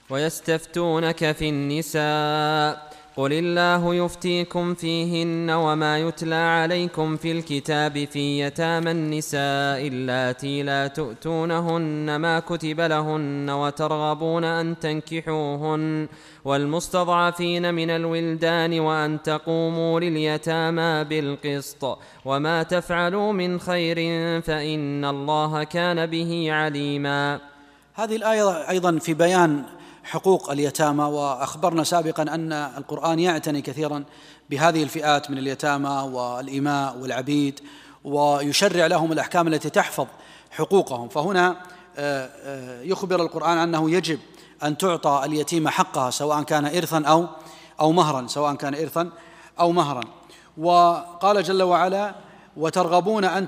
ويستفتونك في النساء قل الله يفتيكم فيهن وما يتلى عليكم في الكتاب في يتامى النساء اللاتي لا تؤتونهن ما كتب لهن وترغبون أن تنكحوهن والمستضعفين من الولدان وأن تقوموا لليتامى بالقسط وما تفعلوا من خير فإن الله كان به عليما. هذه الآية أيضا في بيان حقوق اليتامى، وأخبرنا سابقا أن القرآن يعتني كثيرا بهذه الفئات من اليتامى والإماء والعبيد، ويشرع لهم الأحكام التي تحفظ حقوقهم. فهنا يخبر القرآن أنه يجب أن تعطى اليتيمة حقها سواء كان إرثا أو مهرا. وقال جل وعلا وترغبون أن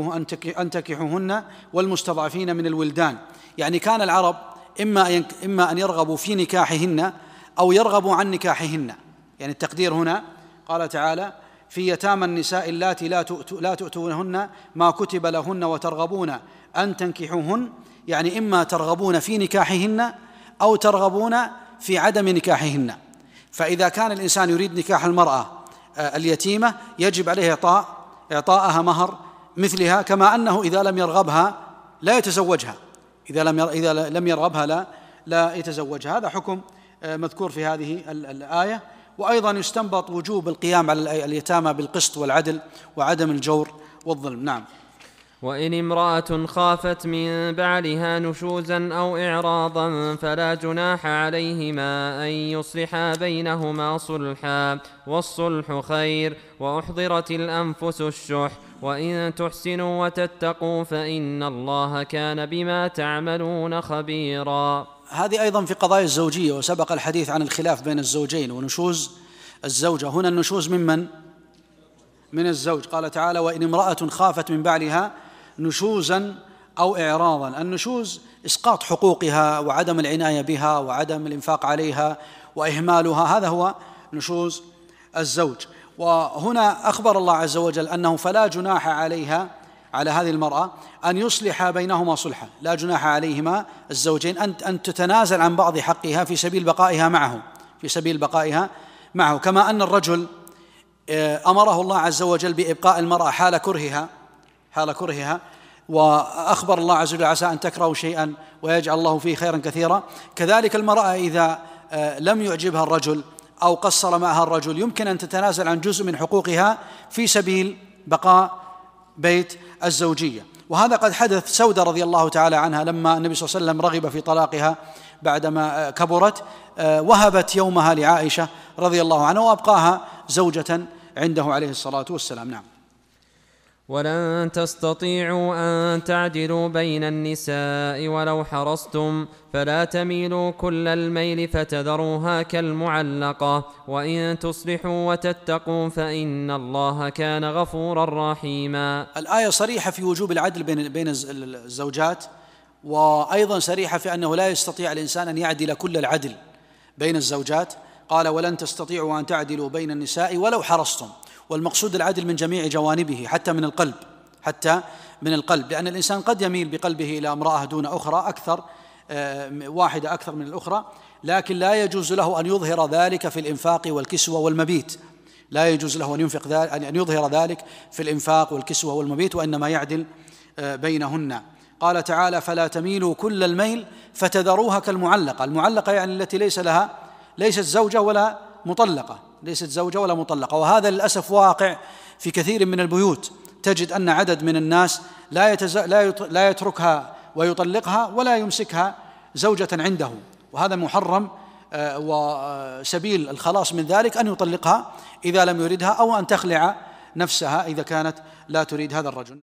تنكحوهن والمستضعفين من الولدان، يعني كان العرب إما أن يرغبوا في نكاحهن أو يرغبوا عن نكاحهن. يعني التقدير هنا قال تعالى في يتامى النساء اللاتي لا تؤتونهن ما كتب لهن وترغبون أن تنكحوهن، يعني إما ترغبون في نكاحهن أو ترغبون في عدم نكاحهن. فإذا كان الإنسان يريد نكاح المرأة اليتيمة يجب عليه إعطاءها مهر مثلها، كما أنه إذا لم يرغبها لا يتزوجها، إذا لم يرغبها لا يتزوجها. هذا حكم مذكور في هذه الآية. وأيضا يستنبط وجوب القيام على اليتامى بالقسط والعدل وعدم الجور والظلم. نعم. وإن امرأة خافت من بعلها نشوزا أو إعراضا فلا جناح عليهما أن يصلحا بينهما صلحا والصلح خير وأحضرت الأنفس الشح وإن تحسنوا وتتقوا فإن الله كان بما تعملون خبيرا. هذه أيضا في قضايا الزوجية، وسبق الحديث عن الخلاف بين الزوجين ونشوز الزوجة. هنا النشوز من الزوج. قال تعالى وإن امرأة خافت من بعلها نشوزا أو إعراضا. النشوز إسقاط حقوقها وعدم العناية بها وعدم الإنفاق عليها وإهمالها، هذا هو نشوز الزوج. وهنا أخبر الله عز وجل أنه فلا جناح عليها، على هذه المرأة، أن يصلح بينهما صلحا، لا جناح عليهما الزوجين أن تتنازل عن بعض حقها في سبيل بقائها معه، كما أن الرجل أمره الله عز وجل بإبقاء المرأة حال كرهها، وأخبر الله عز وجل عسى أن تكرهوا شيئا ويجعل الله فيه خيرا كثيرا. كذلك المرأة إذا لم يعجبها الرجل أو قصر معها الرجل يمكن أن تتنازل عن جزء من حقوقها في سبيل بقاء بيت الزوجية. وهذا قد حدث سودة رضي الله تعالى عنها لما النبي صلى الله عليه وسلم رغب في طلاقها بعدما كبرت، وهبت يومها لعائشة رضي الله عنها وأبقاها زوجة عنده عليه الصلاة والسلام. نعم. ولن تستطيعوا أن تعدلوا بين النساء ولو حرصتم فلا تميلوا كل الميل فتذروها كالمعلقة وإن تصلحوا وتتقوا فإن الله كان غفورا رحيما. الآية صريحة في وجوب العدل بين الزوجات، وأيضا صريحة في أنه لا يستطيع الإنسان أن يعدل كل العدل بين الزوجات. قال ولن تستطيعوا أن تعدلوا بين النساء ولو حرصتم، والمقصود العدل من جميع جوانبه حتى من القلب، لأن الإنسان قد يميل بقلبه إلى امرأة دون أخرى واحدة أكثر من الأخرى، لكن لا يجوز له أن يظهر ذلك في الإنفاق والكسوة والمبيت، لا يجوز له أن يظهر ذلك في الإنفاق والكسوة والمبيت، وإنما يعدل بينهن. قال تعالى فلا تميلوا كل الميل فتذروها كالمعلقة. المعلقة يعني التي ليست زوجة ولا مطلقة، وهذا للأسف واقع في كثير من البيوت. تجد أن عدد من الناس لا يتركها ويطلقها ولا يمسكها زوجة عنده، وهذا محرم، وسبيل الخلاص من ذلك أن يطلقها إذا لم يردها أو أن تخلع نفسها إذا كانت لا تريد هذا الرجل.